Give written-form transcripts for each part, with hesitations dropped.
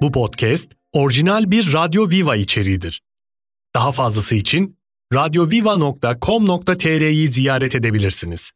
Bu podcast orijinal bir Radyo Viva içeriğidir. Daha fazlası için radyoviva.com.tr'yi ziyaret edebilirsiniz.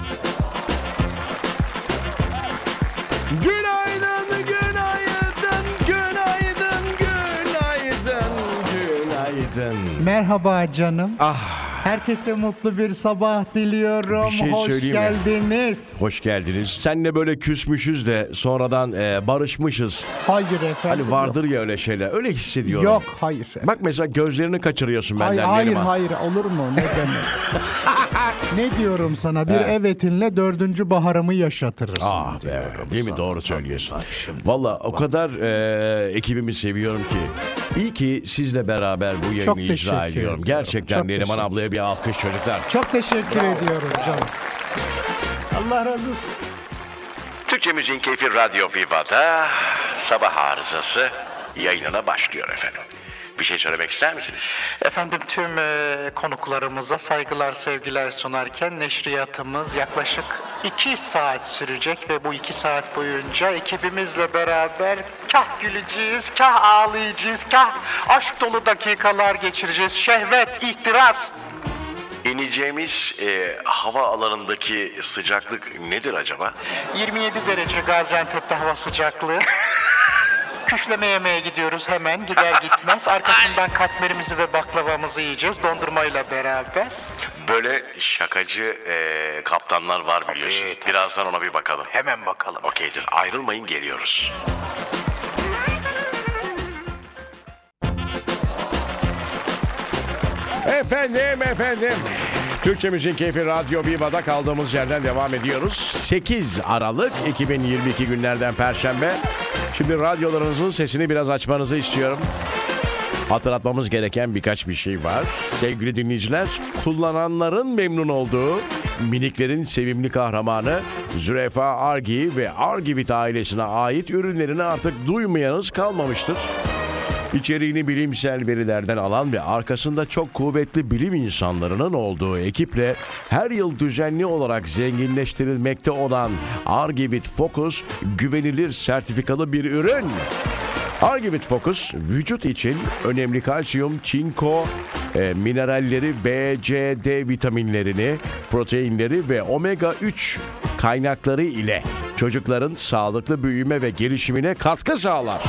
Günaydın, günaydın, günaydın, günaydın, günaydın. Merhaba canım. Ah, Herkese mutlu bir sabah diliyorum. Bir şey Hoş söyleyeyim mi? geldiniz. hoş geldiniz. Seninle böyle küsmüşüz de sonradan barışmışız. Hayır efendim. Hani vardır ya öyle şeyler. Öyle hissediyorum. Yok, hayır. Bak mesela gözlerini kaçırıyorsun benden. Hayır, Neriman. hayır, olur mu? Ne demek? Ne diyorum sana? Bir evetinle 4. baharımı yaşatırız. Ah be, değil mi? Doğru söylüyorsun. Valla o kadar ekibimi seviyorum ki. İyi ki sizle beraber bu yayını Çok icra teşekkür ediyorum. ediyorum. Gerçekten Çok Neriman teşekkür. ablaya bir alkış çocuklar. Çok teşekkür ediyorum canım. Allah razı olsun. Türkçe Müziğin Keyfi Radyo Viva'da sabah arızası yayınına başlıyor efendim. Bir şey söylemek ister misiniz? Efendim tüm konuklarımıza saygılar, sevgiler sunarken neşriyatımız yaklaşık 2 saat sürecek ve bu 2 saat boyunca ekibimizle beraber kah güleceğiz, kah ağlayacağız, kah aşk dolu dakikalar geçireceğiz. Şehvet, ihtiras. İneceğimiz hava alanındaki sıcaklık nedir acaba? 27 derece Gaziantep'te hava sıcaklığı. Küşleme yemeye gidiyoruz hemen gider gitmez. Arkasından katmerimizi ve baklavamızı yiyeceğiz dondurmayla beraber. Böyle şakacı kaptanlar var biliyorsun. Tabii. Birazdan ona bir bakalım. Hemen bakalım. Okeydir. Ayrılmayın, geliyoruz. Efendim. Türkçe Müziğin Keyfi Radyo Viva'da kaldığımız yerden devam ediyoruz. 8 Aralık 2022 günlerden Perşembe. Şimdi radyolarınızın sesini biraz açmanızı istiyorum. Hatırlatmamız gereken birkaç bir şey var. Sevgili dinleyiciler, kullananların memnun olduğu miniklerin sevimli kahramanı Zürefa Argi ve Argivit ailesine ait ürünlerini artık duymayanız kalmamıştır. İçeriğini bilimsel verilerden alan ve arkasında çok kuvvetli bilim insanlarının olduğu ekiple her yıl düzenli olarak zenginleştirilmekte olan Argivit Focus güvenilir sertifikalı bir ürün. Argivit Focus vücut için önemli kalsiyum, çinko, mineralleri, B, C, D vitaminlerini, proteinleri ve omega 3 kaynakları ile çocukların sağlıklı büyüme ve gelişimine katkı sağlar.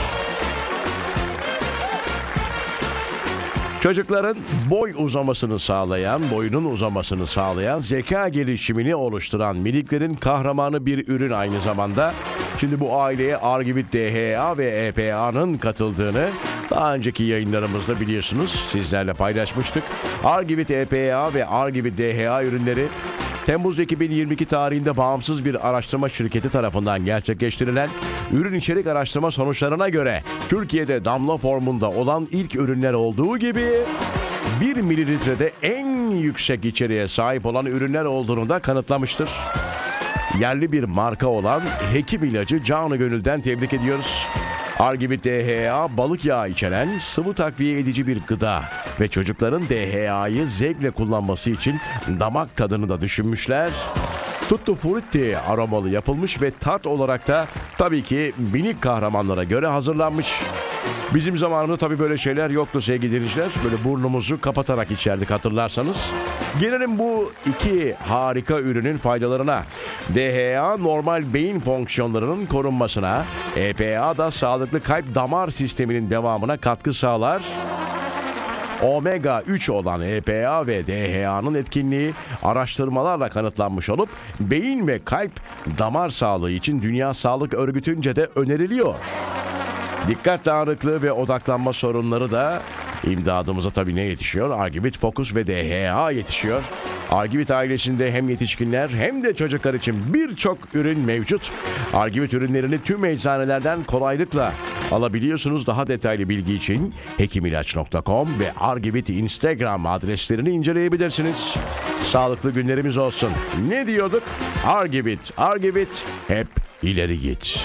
Çocukların boyunun uzamasını sağlayan, zeka gelişimini oluşturan miniklerin kahramanı bir ürün aynı zamanda. Şimdi bu aileye Argivit DHA ve EPA'nın katıldığını daha önceki yayınlarımızda biliyorsunuz sizlerle paylaşmıştık. Argivit EPA ve Argivit DHA ürünleri Temmuz 2022 tarihinde bağımsız bir araştırma şirketi tarafından gerçekleştirilen ürün içerik araştırma sonuçlarına göre Türkiye'de damla formunda olan ilk ürünler olduğu gibi 1 mililitrede en yüksek içeriğe sahip olan ürünler olduğunu da kanıtlamıştır. Yerli bir marka olan Hekim İlacı canı gönülden tebrik ediyoruz. Argivit DHA balık yağı içeren sıvı takviye edici bir gıda ve çocukların DHA'yı zevkle kullanması için damak tadını da düşünmüşler. Tutti frutti aromalı yapılmış ve tat olarak da tabii ki minik kahramanlara göre hazırlanmış. Bizim zamanımızda tabii böyle şeyler yoktu sevgili dinleyiciler. Böyle burnumuzu kapatarak içerdik hatırlarsanız. Gelelim bu iki harika ürünün faydalarına. DHA normal beyin fonksiyonlarının korunmasına, EPA da sağlıklı kalp damar sisteminin devamına katkı sağlar. Omega 3 olan EPA ve DHA'nın etkinliği araştırmalarla kanıtlanmış olup beyin ve kalp damar sağlığı için Dünya Sağlık Örgütü'nce de öneriliyor. Dikkat dağınıklığı ve odaklanma sorunları da imdadımıza tabii ne yetişiyor? Argivit Focus ve DHA yetişiyor. Argivit ailesinde hem yetişkinler hem de çocuklar için birçok ürün mevcut. Argivit ürünlerini tüm eczanelerden kolaylıkla alabiliyorsunuz. Daha detaylı bilgi için hekimilaç.com ve Argivit Instagram adreslerini inceleyebilirsiniz. Sağlıklı günlerimiz olsun. Ne diyorduk? Argivit, hep ileri git.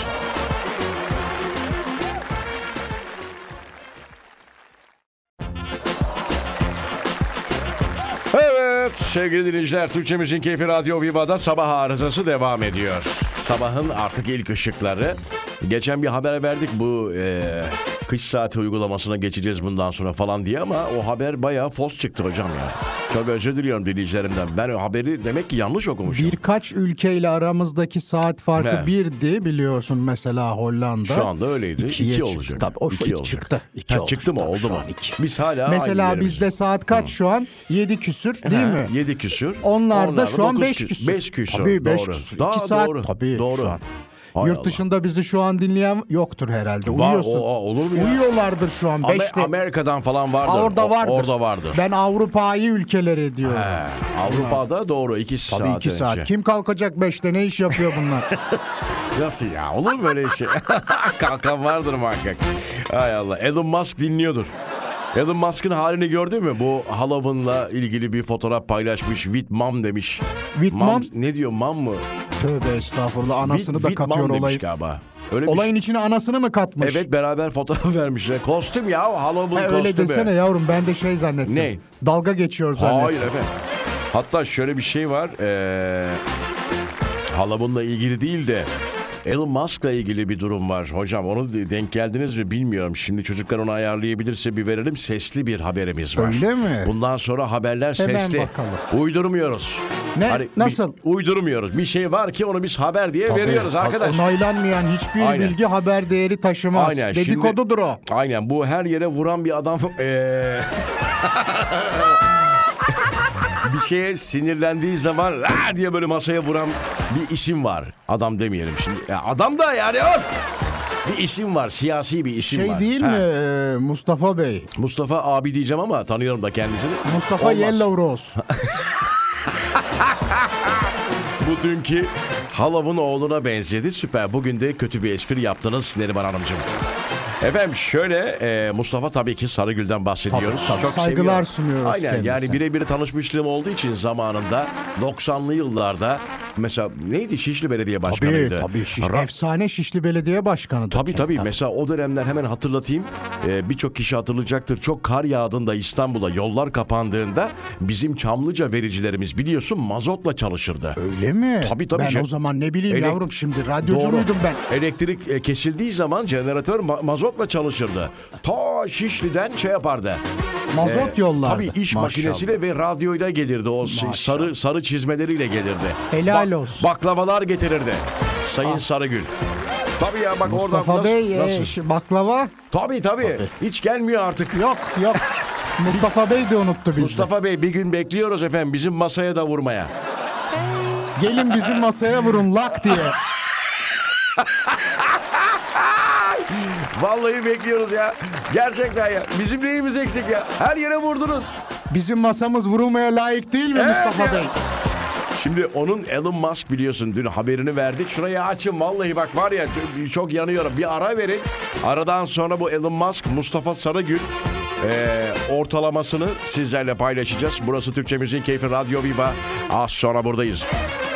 Evet sevgili dinleyiciler, Türkçe Müziğin Keyfi Radyo Viva'da sabah arızası devam ediyor. Sabahın artık ilk ışıkları Geçen bir haber verdik bu kış saati uygulamasına geçeceğiz bundan sonra falan diye ama o haber bayağı fos çıktı hocam ya. Çok özür diliyorum dinleyicilerimden. Ben o haberi demek ki yanlış okumuşum. Birkaç ülkeyle aramızdaki saat farkı He. birdi biliyorsun mesela Hollanda. Şu anda öyleydi. İkiye 2 çıktı. olacak. Tabii o şu İki iki olacak. çıktı. İki olmuş çıktı mı? tabii, Oldu şu mu? an iki. Biz hala Mesela aynı bizde saat kaç şu an? 7 küsür değil mi? 7 küsür. Onlarda şu an 9 5 küsür. 5 küsür. Tabii 5 doğru. küsür. Daha 2 saat doğru. tabii doğru. şu an. Hay Yurt Allah. dışında bizi şu an dinleyen yoktur herhalde. Var, Uyuyorsun. olur mu ya? Uyuyorlardır şu an 5'te. Amerika'dan falan vardır. Orada vardır. Orada vardır. Ben Avrupa'yı ülkeleri diyorum. Avrupa'da doğru 2 saat Tabii 2 saat. önce. Kim kalkacak 5'te? Ne iş yapıyor bunlar? Nasıl ya? Olur mu öyle şey? Kalkan vardır muhakkak. Hay Allah. Elon Musk dinliyordur. Elon Musk'ın halini gördün mü? Bu Halloween'la ilgili bir fotoğraf paylaşmış. With mom demiş. With mom? Ne diyor mom mu? Tövbe estağfurullah. Anasını da With mom katıyor demiş olayı. galiba. Öyle bir Olayın içine anasını mı katmış? Evet beraber fotoğraf vermişler. Kostüm ya Halloween kostümü. Öyle desene yavrum, ben de şey zannettim. Ne? Dalga geçiyor zannettim. Hayır efendim. Hatta şöyle bir şey var. Halloween'la ilgili değil de Elon Musk'la ilgili bir durum var. Hocam onu denk geldiniz mi bilmiyorum. Şimdi çocuklar onu ayarlayabilirse bir verelim. Sesli bir haberimiz var. Öyle mi? Bundan sonra haberler Hemen sesli. bakalım. Uydurmuyoruz. Ne? Nasıl? Uydurmuyoruz. Bir şey var ki onu biz haber diye Tabii, veriyoruz tabii. arkadaş. Onaylanmayan hiçbir Aynen. bilgi haber değeri taşımaz. Aynen. Dedikodudur o. Aynen. Bu her yere vuran bir adam bir şeye sinirlendiği zaman diye böyle masaya vuran bir isim var. Adam demeyelim şimdi. Ya adam da yani bir isim var. Siyasi bir isim var. Şey değil Ha. mi Mustafa Bey? Mustafa abi diyeceğim ama tanıyorum da kendisini. Mustafa Olmaz. Yellow Rose. Bu dünkü Halloween oğluna benzedi. Süper. Bugün de kötü bir espri yaptınız Neriman Hanımcığım. Efendim şöyle Mustafa tabii ki Sarıgül'den bahsediyoruz. Tabii, Çok saygılar seviyorum. sunuyoruz Aynen kendisine. yani birebir tanışmışlığım olduğu için zamanında 90'lı yıllarda mesela neydi Şişli Belediye Başkanı'ydı. Tabii. Efsane Şişli Belediye Başkanı. Tabii. Mesela o dönemler hemen hatırlatayım. Birçok kişi hatırlayacaktır. Çok kar yağdığında İstanbul'a yollar kapandığında bizim Çamlıca vericilerimiz biliyorsun mazotla çalışırdı. Öyle mi? Tabii. Ben o zaman ne bileyim yavrum, şimdi radyocu Doğru. muydum ben? Elektrik kesildiği zaman jeneratör mazotla çalışırdı. Ta Şişli'den şey yapardı. Mazot yollardı. Tabii iş Maşallah. makinesiyle ve radyoyla gelirdi. O sarı çizmeleriyle gelirdi. Helal olsun. Baklavalar getirirdi. Sayın Sarıgül. Tabii ya bak Mustafa oradan Bey nasıl? baklava Tabii. Hiç gelmiyor artık. yok. Mustafa Bey de unuttu bizde. Mustafa Bey bir gün bekliyoruz efendim bizim masaya da vurmaya. Gelin bizim masaya vurun lak diye. Vallahi bekliyoruz ya. Gerçekten ya. Bizim neyimiz eksik ya? Her yere vurdunuz. Bizim masamız vurulmaya layık değil mi Evet Mustafa ya. Bey? Şimdi onun Elon Musk biliyorsun dün haberini verdik. Şurayı açın vallahi bak var ya çok yanıyorum. Bir ara verin. Aradan sonra bu Elon Musk Mustafa Sarıgül ortalamasını sizlerle paylaşacağız. Burası Türkçe Müziğin Keyfi Radyo Viva. Az sonra buradayız.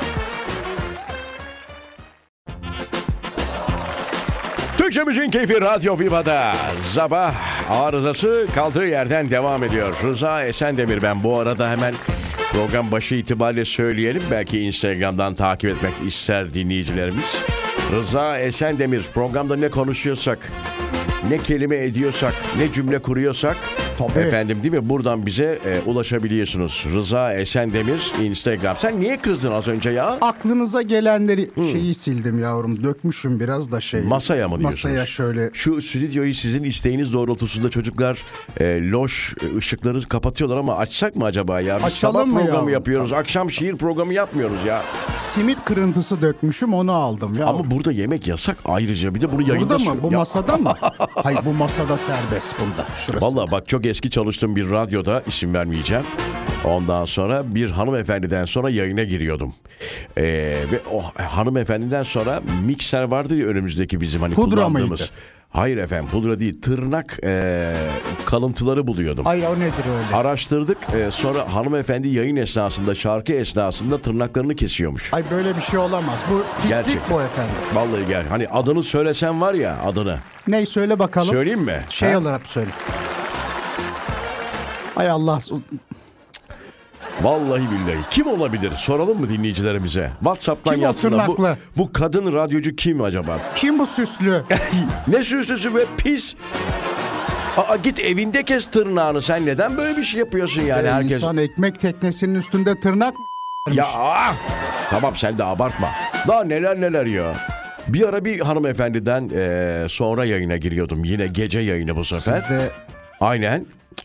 Türkçe Müziğin Keyfi Radyo Viva'da sabah arızası kaldığı yerden devam ediyor. Rıza Esendemir ben. Bu arada hemen program başı itibariyle söyleyelim. Belki Instagram'dan takip etmek ister dinleyicilerimiz. Rıza Esendemir programda ne konuşuyorsak, ne kelime ediyorsak, ne cümle kuruyorsak Tabii. efendim değil mi? Buradan bize ulaşabiliyorsunuz. Rıza Esendemir Instagram. Sen niye kızdın az önce ya? Aklınıza gelenleri şeyi sildim yavrum. Dökmüşüm biraz da şey. Masaya mı diyorsunuz? Masaya şöyle. Şu stüdyoyu sizin isteğiniz doğrultusunda çocuklar loş ışıkları kapatıyorlar ama açsak mı acaba ya? Biz Açalım sabah mı programı yavrum? yapıyoruz. Akşam şiir programı yapmıyoruz ya. Simit kırıntısı dökmüşüm, onu aldım ya. Ama burada yemek yasak ayrıca. Bir de bunu yayında... Burada mı? Bu Ya, masada mı? Hayır, bu masada serbest bunda. Şurası. vallahi bak çok eski çalıştığım bir radyoda isim vermeyeceğim. Ondan sonra bir hanımefendiden sonra yayına giriyordum. Ve o hanımefendiden sonra mikser vardı ya önümüzdeki bizim hani Pudra kullandığımız. mıydı? Hayır efendim pudra değil tırnak kalıntıları buluyordum. Ay o nedir öyle? Araştırdık. Sonra hanımefendi yayın esnasında, şarkı esnasında tırnaklarını kesiyormuş. Ay böyle bir şey olamaz. Bu pislik Gerçekten. bu efendim. Vallahi gel. Hani adını söylesen var ya adını. Ney söyle bakalım. Söyleyeyim mi? Şey Ha? olarak söyle. Ay Allah. Vallahi billahi. Kim olabilir? Soralım mı dinleyicilerimize? WhatsApp'tan Kim o yazsınlar. tırnaklı? Bu kadın radyocu kim acaba? Kim bu süslü? Ne süslüsü be, pis. Aa, git evinde kes tırnağını. Sen neden böyle bir şey yapıyorsun yani herkes? İnsan ekmek teknesinin üstünde tırnak mı? Ya tamam, sen de abartma. Daha neler ya. Bir ara bir hanımefendiden sonra yayına giriyordum. Yine gece yayını bu sefer. Siz de Aynen.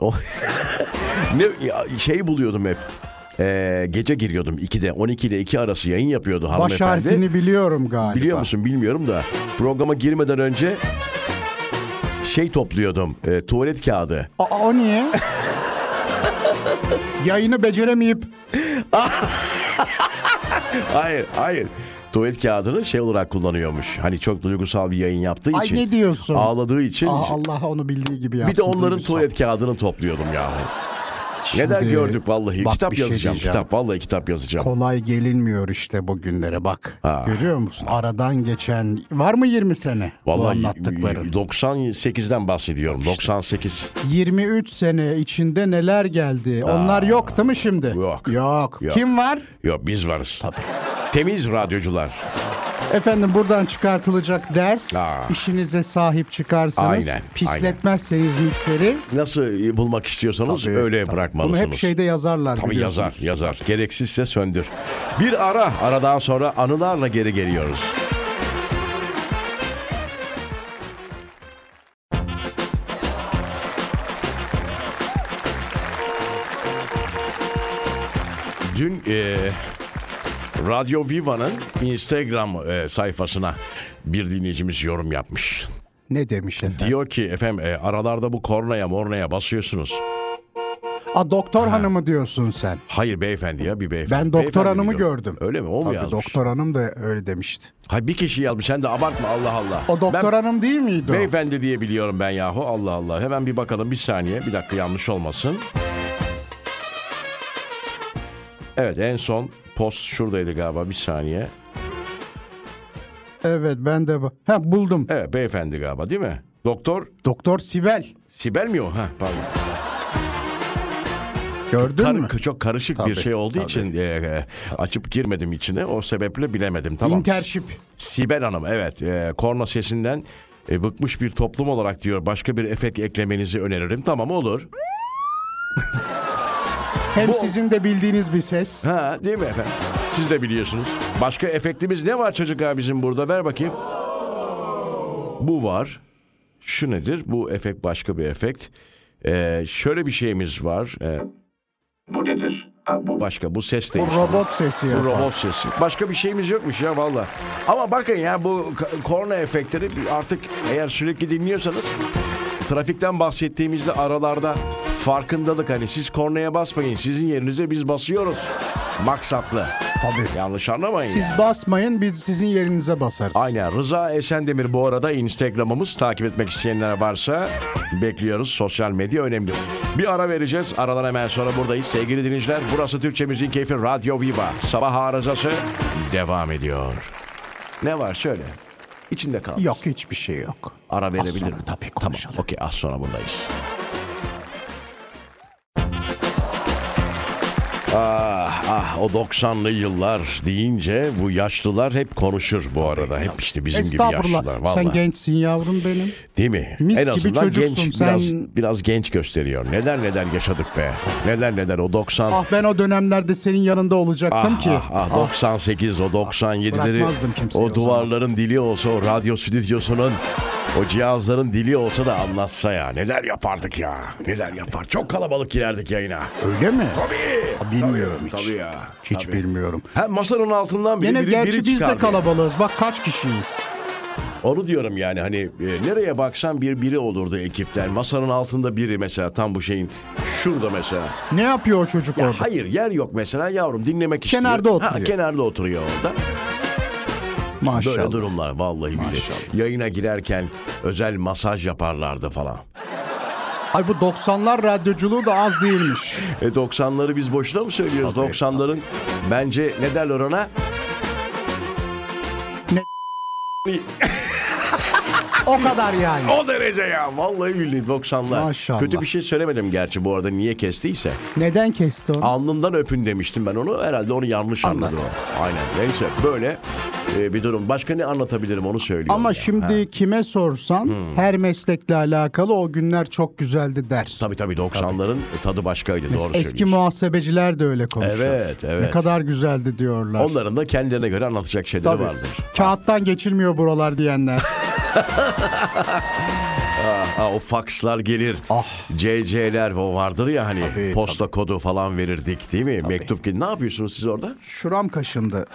Şey buluyordum hep. Gece giriyordum 2'de. 12 ile 2 arası yayın yapıyordu hanımefendi. baş harfini biliyorum galiba. Biliyor musun bilmiyorum da. Programa girmeden önce şey topluyordum. Tuvalet kağıdı. O niye? Yayını beceremeyip Hayır. Tuvalet kağıdını şey olarak kullanıyormuş. Hani çok duygusal bir yayın yaptığı ay için. ne diyorsun? Ağladığı için. Allah onu bildiği gibi yapsın. Bir de onların duygusal. tuvalet kağıdını topluyordum ya. Şimdi, Neler gördük vallahi. bak Kitap bir şey yazacağım. diyeceğim. Vallahi kitap yazacağım. Kolay gelinmiyor işte bugünlere bak. Görüyor musun? Aradan geçen var mı 20 sene bu Vallahi anlattıkların? 98'den bahsediyorum. 98. 23 sene içinde neler geldi? Onlar yok değil mi şimdi? Yok. Yok. Yok. Kim var? Yok, biz varız. Tabii. Temiz radyocular. Efendim buradan çıkartılacak ders, işinize sahip çıkarsanız, Aynen, pisletmezseniz mikseri. Nasıl bulmak istiyorsanız Tabii, öyle tabii. bırakmalısınız. Bunu hep şeyde yazarlar Tabii biliyorsunuz. yazar. Gereksizse söndür. Bir aradan sonra anılarla geri geliyoruz. Dün Radyo Viva'nın Instagram sayfasına bir dinleyicimiz yorum yapmış. Ne demiş efendim? Diyor ki efendim aralarda bu kornaya basıyorsunuz. Doktor hanımı diyorsun sen. Hayır beyefendi ya, bir beyefendi. Ben doktor Beyefendi hanımı diyorum. gördüm. Öyle mi? O mu Tabii yazmış? doktor hanım da öyle demişti. Hayır, bir kişi yazmış, sen de abartma, Allah Allah. O doktor Ben hanım değil miydi o? beyefendi diye biliyorum ben yahu, Allah Allah. Hemen bir bakalım, bir saniye, bir dakika, yanlış olmasın. Evet, en son post şuradaydı galiba, bir saniye. Evet ben de buldum. Evet, beyefendi galiba değil mi? Doktor Sibel. Sibel mi o? Pardon. Gördün mü? Çok karışık bir Tabii, şey olduğu tabii. için açıp girmedim içine. O sebeple bilemedim. Tamam. Intership. Sibel Hanım, evet. Korna sesinden bıkmış bir toplum olarak diyor. Başka bir efekt eklemenizi öneririm. Tamam, olur. Hem sizin de bildiğiniz bir ses. Değil mi efendim? Siz de biliyorsunuz. Başka efektimiz ne var çocuklar bizim burada? Ver bakayım. Bu var. Şu nedir? Bu efekt başka bir efekt. Şöyle bir şeyimiz var. Bu nedir? Bu başka. Bu ses Bu değişti. robot sesi Bu yapar. robot sesi. Başka bir şeyimiz yokmuş ya valla. Ama bakın ya, bu korna efektleri artık eğer sürekli dinliyorsanız, trafikten bahsettiğimizde aralarda farkındalık, hani siz kornaya basmayın, sizin yerinize biz basıyoruz. Maksatlı. Tabii. Yanlış anlamayın. Siz basmayın, biz sizin yerinize basarız. Aynen. Rıza Esendemir bu arada Instagram'ımız. Takip etmek isteyenler varsa bekliyoruz. Sosyal medya önemli. Bir ara vereceğiz. Aradan hemen sonra buradayız. Sevgili dinleyiciler, burası Türkçe Müziğin Keyfi Radyo Viva. Sabah arızası devam ediyor. Ne var söyle. İçinde kal. Yok, hiçbir şey yok. Ara verebilirim. Az sonra tabii konuşalım. Tamam. Okey, az sonra buradayız. O 90'lı yıllar deyince bu yaşlılar hep konuşur bu arada. Hep işte bizim gibi yaşlılar. Estağfurullah. Sen gençsin yavrum benim. Değil mi? Mis En gibi azından çocuksun. genç, Sen... biraz genç gösteriyor. Neler yaşadık be. Neler o 90. Ben o dönemlerde senin yanında olacaktım ki. 98, o 97'leri. Bırakmazdım kimseyi O duvarların dili olsa, o radyo stüdyosunun, o cihazların dili olsa da anlatsa ya. Neler yapardık ya. Neler yapar. Çok kalabalık girerdik yayına. Öyle mi? Tabii. Bilmiyorum hiç. Tabii ya. Hiç bilmiyorum. Hem masanın altından Gene biri gerçi biz de çıkardı. kalabalığız. Bak kaç kişiyiz. Onu diyorum yani, hani nereye baksan biri olurdu ekipten. Masanın altında biri mesela, tam bu şeyin şurada mesela. Ne yapıyor o çocuk Ya orada? hayır, yer yok mesela, yavrum dinlemek istiyor. Kenarda oturuyor. Kenarda oturuyor orada. Maşallah. Böyle durumlar vallahi billahi. Yayına girerken özel masaj yaparlardı falan. Ay bu 90'lar radyoculuğu da az değilmiş. 90'ları biz boşuna mı söylüyoruz? Tabii, 90'ların bence ne derler ona? Ne? O kadar yani. O derece ya. Vallahi billahi 90'lar. Maşallah. Kötü bir şey söylemedim gerçi bu arada niye kestiyse. Neden kesti onu? Alnından öpün demiştim ben onu. Herhalde onu yanlış anladı o. Aynen. Neyse böyle bir durum. Başka ne anlatabilirim onu söylüyorum. Ama ya. şimdi kime sorsan her meslekle alakalı o günler çok güzeldi der. Tabii 90'ların tadı başkaydı. Doğru Eski söylüyorsun. muhasebeciler de öyle konuşuyor. Evet. Ne kadar güzeldi diyorlar. Onların da kendilerine göre anlatacak şeyleri Tabii. vardır. Kağıttan geçilmiyor buralar diyenler. O fakslar gelir. CC'ler o vardır ya hani posta kodu falan verirdik değil mi? Mektup gibi. Ne yapıyorsunuz siz orada? Şuram kaşındı.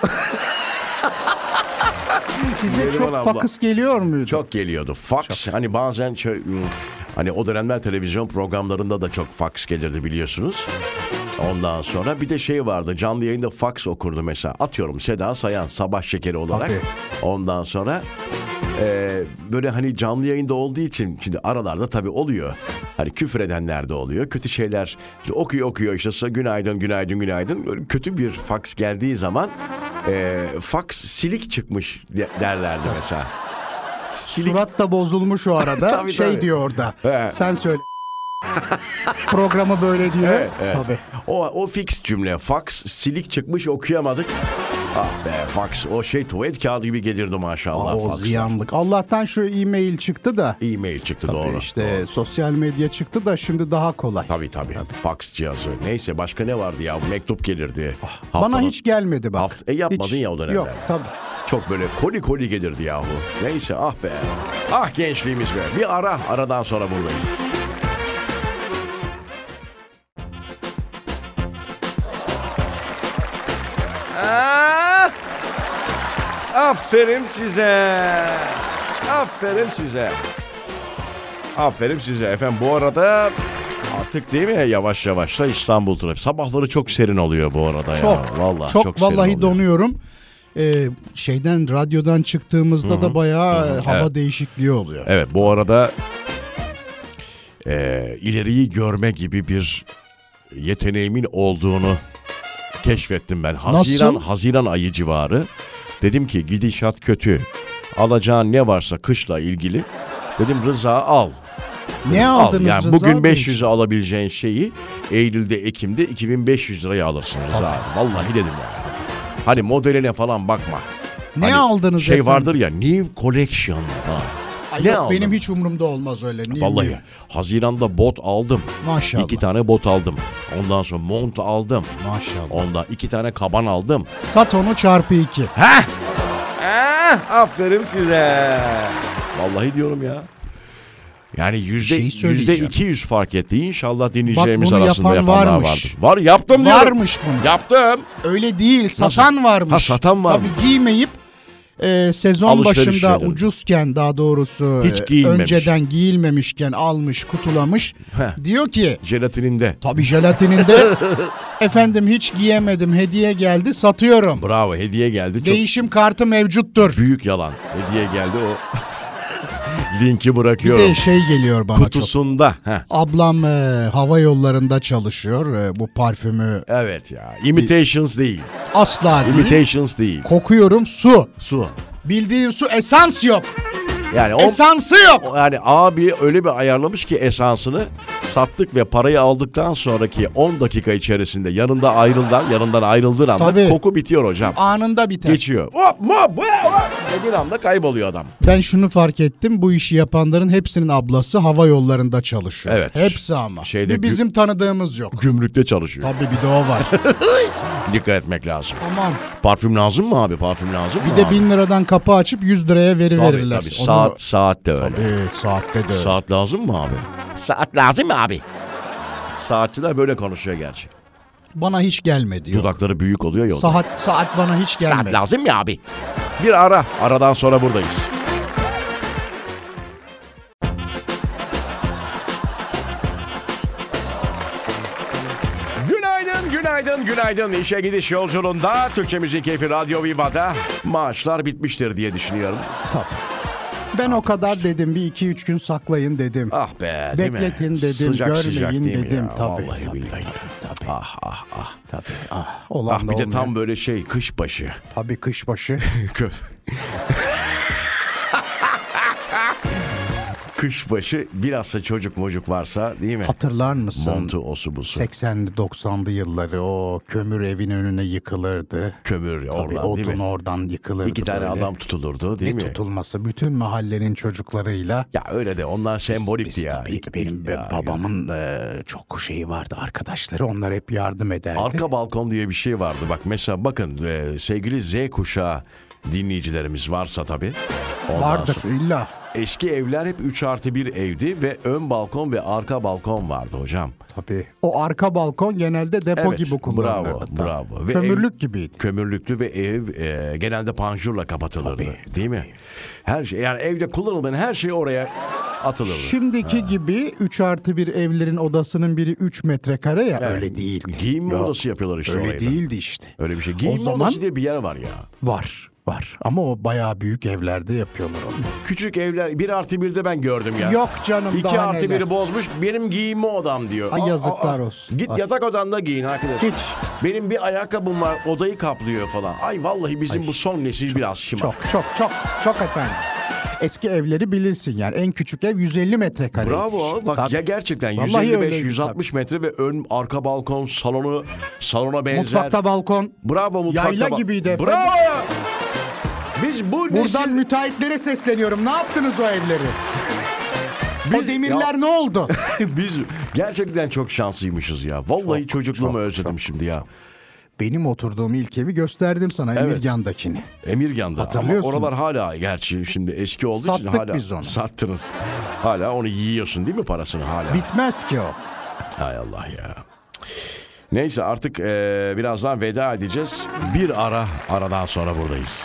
Size Neriman çok abla. fakıs geliyor muydu? Çok geliyordu. Fax hani bazen hani o dönemler televizyon programlarında da çok fax gelirdi biliyorsunuz. Ondan sonra bir de şey vardı. Canlı yayında fax okurdu mesela. Atıyorum Seda Sayan sabah şekeri olarak. Tabii. Ondan sonra böyle hani canlı yayında olduğu için şimdi aralarda tabii oluyor. Hani küfür edenler de oluyor. Kötü şeyler işte okuyor işte günaydın. Böyle kötü bir fax geldiği zaman fax silik çıkmış derlerdi mesela. Surat da bozulmuş o arada. Tabii. Diyor orada. He. Sen söyle. Programı böyle diyor. Evet. Tabii. O fix cümle. Fax silik çıkmış okuyamadık. Ah be fax o tuvalet kağıdı gibi gelirdi maşallah. O faxlar. ziyanlık. Allah'tan şu e-mail çıktı da. E-mail çıktı Tabii doğru. işte Doğru. sosyal medya çıktı da şimdi daha kolay. Tabii. Fax cihazı. Neyse başka ne vardı ya? Mektup gelirdi. Bana hiç gelmedi bak. Yapmadın Hiç. ya o dönemler. Yok tabii. Çok böyle koli gelirdi yahu. Neyse ah be. Ah gençliğimiz be. Bir aradan sonra buradayız. Aferin size. Efendim bu arada artık değil mi yavaş yavaş da İstanbul trafiği. Sabahları çok serin oluyor bu arada ya. Vallahi çok serin vallahi oluyor. donuyorum. Radyodan çıktığımızda da bayağı hava değişikliği oluyor. Evet bu arada ileriyi görme gibi bir yeteneğimin olduğunu keşfettim ben. Haziran ayı civarı. Dedim ki gidişat kötü. Alacağın ne varsa kışla ilgili. Dedim Rıza al. Ne Al. aldınız Yani Rıza bugün Bey? 500'e alabileceğin şeyi Eylül'de, Ekim'de 2500 liraya alırsın Rıza abi. Vallahi dedim yani. Hani modeline falan bakma. Ne hani aldınız efendim? vardır ya New Collection. Ay ne yok, aldın? benim hiç umurumda olmaz öyle. Vallahi Haziran'da bot aldım. Maşallah. 2 tane bot aldım. Ondan sonra mont aldım. Maşallah. Ondan 2 tane kaban aldım. Sat onu çarpı 2. Aferin size. Vallahi diyorum ya. Yani %200 fark etti. İnşallah dinleyicilerimiz Bak, bunu arasında yapan yapanlar varmış. vardır. Var yaptım diyorum. Varmış bunu. Yaptım. Öyle değil, satan varmış. Ha, satan var mı? Tabii giymeyip sezon Alışveriş başında şeyleri. ucuzken daha doğrusu Hiç giyilmemiş. önceden giyilmemişken almış, kutulamış. Diyor ki Jelatininde. tabii jelatininde efendim hiç giyemedim, hediye geldi, satıyorum. Bravo hediye geldi. Çok Değişim kartı mevcuttur. büyük yalan. Hediye geldi o. Linki Bir bırakıyorum. de şey geliyor bana çok. Kutusunda. Ablam hava yollarında çalışıyor. Bu parfümü Evet ya. Imitations değil. asla değil. Imitations değil. Kokuyorum, su. Su. Bildiğin su, esans yok. Yani Esansı yok. yani abi öyle bir ayarlamış ki esansını sattık ve parayı aldıktan sonraki 10 dakika içerisinde yanından ayrıldığın anda Tabii. koku bitiyor hocam. Anında biter. Geçiyor. Dediğin anda kayboluyor adam. Ben şunu fark ettim. Bu işi yapanların hepsinin ablası hava yollarında çalışıyor. Evet. Hepsi ama. Şeyde Bir bizim tanıdığımız yok. Gümrükte çalışıyor. Tabii bir de o var. Dikkat etmek lazım. Aman. Parfüm lazım mı abi? Parfüm lazım mı Bir de abi? 1000 liradan kapı açıp 100 liraya verirler. Tabii. Onu- Saat de öyle. Tabii saatte de öyle. Saat lazım mı abi? Saat lazım mı abi? Saatçiler böyle konuşuyor gerçi. Bana hiç gelmedi. Yok. Dudakları büyük oluyor ya. Saat bana hiç gelmedi. Saat lazım mı abi? Bir aradan sonra buradayız. Günaydın. İşe gidiş yolculuğunda Türkçe Müzik Keyfi Radyo Viva'da maaşlar bitmiştir diye düşünüyorum. Tabii. Ben o kadar dedim, bir 2-3 gün saklayın dedim. Ah be, değil mi? Bekletin dedim, Sıcak görmeyin değil mi dedim. ya? Tabii, Vallahi tabii, billahi. tabii. Ah. Olan da Bir de olmayan. tam böyle kış başı. Tabii kış başı. Kışbaşı bilhassa çocuk varsa değil mi? Hatırlar mısın? Montu, osu busu. 80'li 90'lı yılları o kömür evin önüne yıkılırdı. Kömür Tabii oradan değil odun mi? oradan yıkılırdı. 2 tane böyle. adam tutulurdu değil Ne mi? tutulması? Bütün mahallenin çocuklarıyla. Ya öyle de onlar sembolikti Biz ya. tabii benim Ya, babamın çok şeyi vardı, arkadaşları. Onlar hep yardım ederdi. Arka balkon diye bir şey vardı. Bak mesela bakın sevgili Z kuşağı dinleyicilerimiz varsa tabii. Ondan Vardır sonra- illa. Eski evler hep 3+1 evdi ve ön balkon ve arka balkon vardı hocam. Tabii. O arka balkon genelde depo Evet, gibi kullanılırdı. bravo, Tabii. bravo. Ve Kömürlük gibiydi. Kömürlüktü ve ev genelde panjurla kapatılırdı. Tabii, değil mi? Her şey yani evde kullanılmayan her şey oraya atılırdı. Şimdiki gibi 3+1 evlerin odasının biri 3 metrekare ya, Evet. öyle değildi. Giyinme Yok, odası yapıyorlar işte öyle orayı da. değildi işte. Öyle bir şey. Giyinme zaman- odası diye bir yer var ya. Var. Ama o bayağı büyük evlerde yapıyorlar onu. Küçük evler 1+1'de ben gördüm ya. Yok canım, 2+1'i bozmuş benim giyinme odam diyor. Ay, yazıklar olsun. Git Ay. yatak odanda giyin arkadaş. Hiç. Benim bir ayakkabım var odayı kaplıyor falan. Ay vallahi bizim bu son nesil biraz şımarık. Çok efendim. Eski evleri bilirsin yani. En küçük ev 150 metrekare. Bravo. Bak Tabii. ya gerçekten Vallahi 155 öyleydi 160 metre ve ön arka balkon salona benzer. Mutfakta balkon. Bravo mutfakta. Yayla gibiydi efendim. Bravo. Biz bu nesil Buradan müteahhitlere sesleniyorum. Ne yaptınız o evleri? O demirler Ya- ne oldu? biz gerçekten çok şanslıymışız ya. Vallahi Çok, çocukluğumu çok, özledim çok. şimdi ya. Benim oturduğum ilk evi gösterdim sana, Evet. Emirgan'dakini. Emirgan'da. Hatırlıyorsun. Ama oralar hala gerçi şimdi eski olduğu için Sattık hala biz onu. sattınız. Hala onu yiyorsun değil mi parasını hala? Bitmez ki o. Hay Allah ya. Neyse artık birazdan veda edeceğiz. Bir aradan sonra buradayız.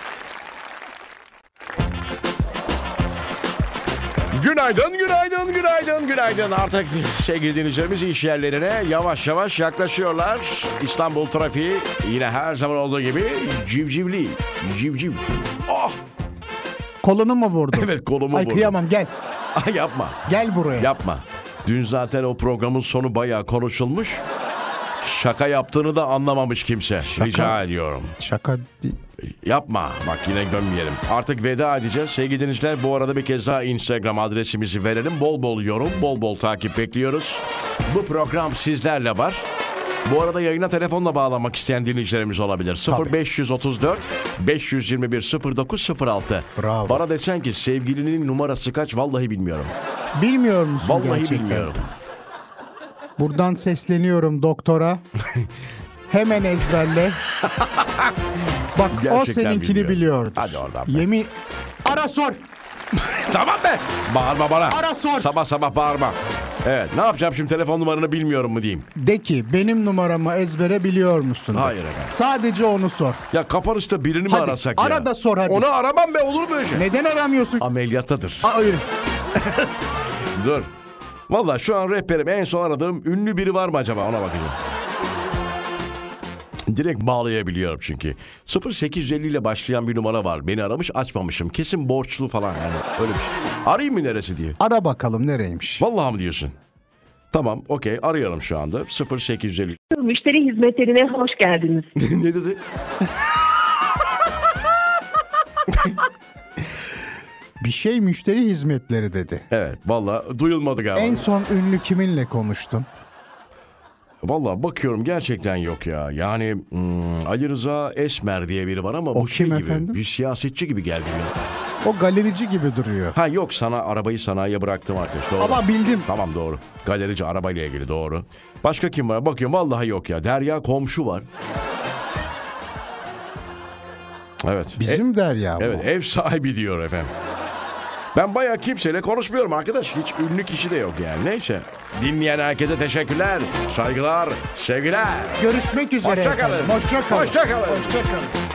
Günaydın. Artık sevgili dinleyicilerimiz iş yerlerine yavaş yavaş yaklaşıyorlar. İstanbul trafiği yine her zaman olduğu gibi civcivli. Civciv. Oh! Kolunu mu vurdun? Evet, kolumu Ay vurdum. kıyamam, gel. Ay yapma. Gel buraya. Yapma. Dün zaten o programın sonu bayağı konuşulmuş. Şaka yaptığını da anlamamış kimse. Rica ediyorum. Şaka değil. Yapma. Bak yine gömmeyelim. Artık veda edeceğiz. Sevgili dinleyiciler bu arada bir kez daha Instagram adresimizi verelim. Bol bol yorum, bol bol takip bekliyoruz. Bu program sizlerle var. Bu arada yayına telefonla bağlanmak isteyen dinleyicilerimiz olabilir. Tabii. 0534 521 0906. Bravo. Bana desen ki sevgilinin numarası kaç vallahi bilmiyorum. Bilmiyor musun Vallahi gerçekten? bilmiyorum. Buradan sesleniyorum doktora. Hemen ezberle. Bak o Gerçekten seninkini bilmiyorum. biliyordur. Hadi oradan be. Yemin... Ara sor. Tamam be. Bağırma bana. Ara sor. Sabah sabah bağırma. Evet, ne yapacağım şimdi, telefon numaranı bilmiyorum mu diyeyim. De ki benim numaramı ezbere biliyor musun? de. Hayır efendim. Sadece onu sor. Ya kapanışta birini mi Hadi, arasak ya? ara da sor hadi. Onu aramam be, olur mu öyle şey? Neden aramıyorsun? Ameliyattadır. Hayır. Dur. Vallahi şu an rehberim en son aradığım ünlü biri var mı acaba, ona bakacağım. Direkt bağlayabiliyorum çünkü. 0850 ile başlayan bir numara var. Beni aramış, açmamışım. Kesin borçlu falan yani, öyle bir şey. Arayayım mı neresi diye. Ara bakalım nereymiş. Vallahi mı diyorsun? Tamam, okey, arıyorum şu anda. 0850. Müşteri hizmetlerine hoş geldiniz. Ne dedi? Bir şey müşteri hizmetleri dedi. Evet, vallahi duyulmadı galiba. En son ünlü kiminle konuştun? Vallahi bakıyorum gerçekten yok ya. Yani Ali Rıza Esmer diye biri var ama O bu şey kim gibi. efendim? Bir siyasetçi gibi geldi ya. O galerici gibi duruyor. Ha yok, sana arabayı sanayiye bıraktım arkadaş. Doğru. Ama bildim. Tamam, doğru. Galerici arabayla ilgili, doğru. Başka kim var? Bakıyorum vallahi yok ya. Derya Komşu var. Evet. Bizim Derya bu. Evet, ev sahibi diyor efendim. Ben bayağı kimseyle konuşmuyorum arkadaş. Hiç ünlü kişi de yok yani. Neyse. Dinleyen herkese teşekkürler. Saygılar, sevgiler. Görüşmek üzere. Hoşça kalın. efendim. Hoşça kalın. Hoşça kalın. Hoşça kalın.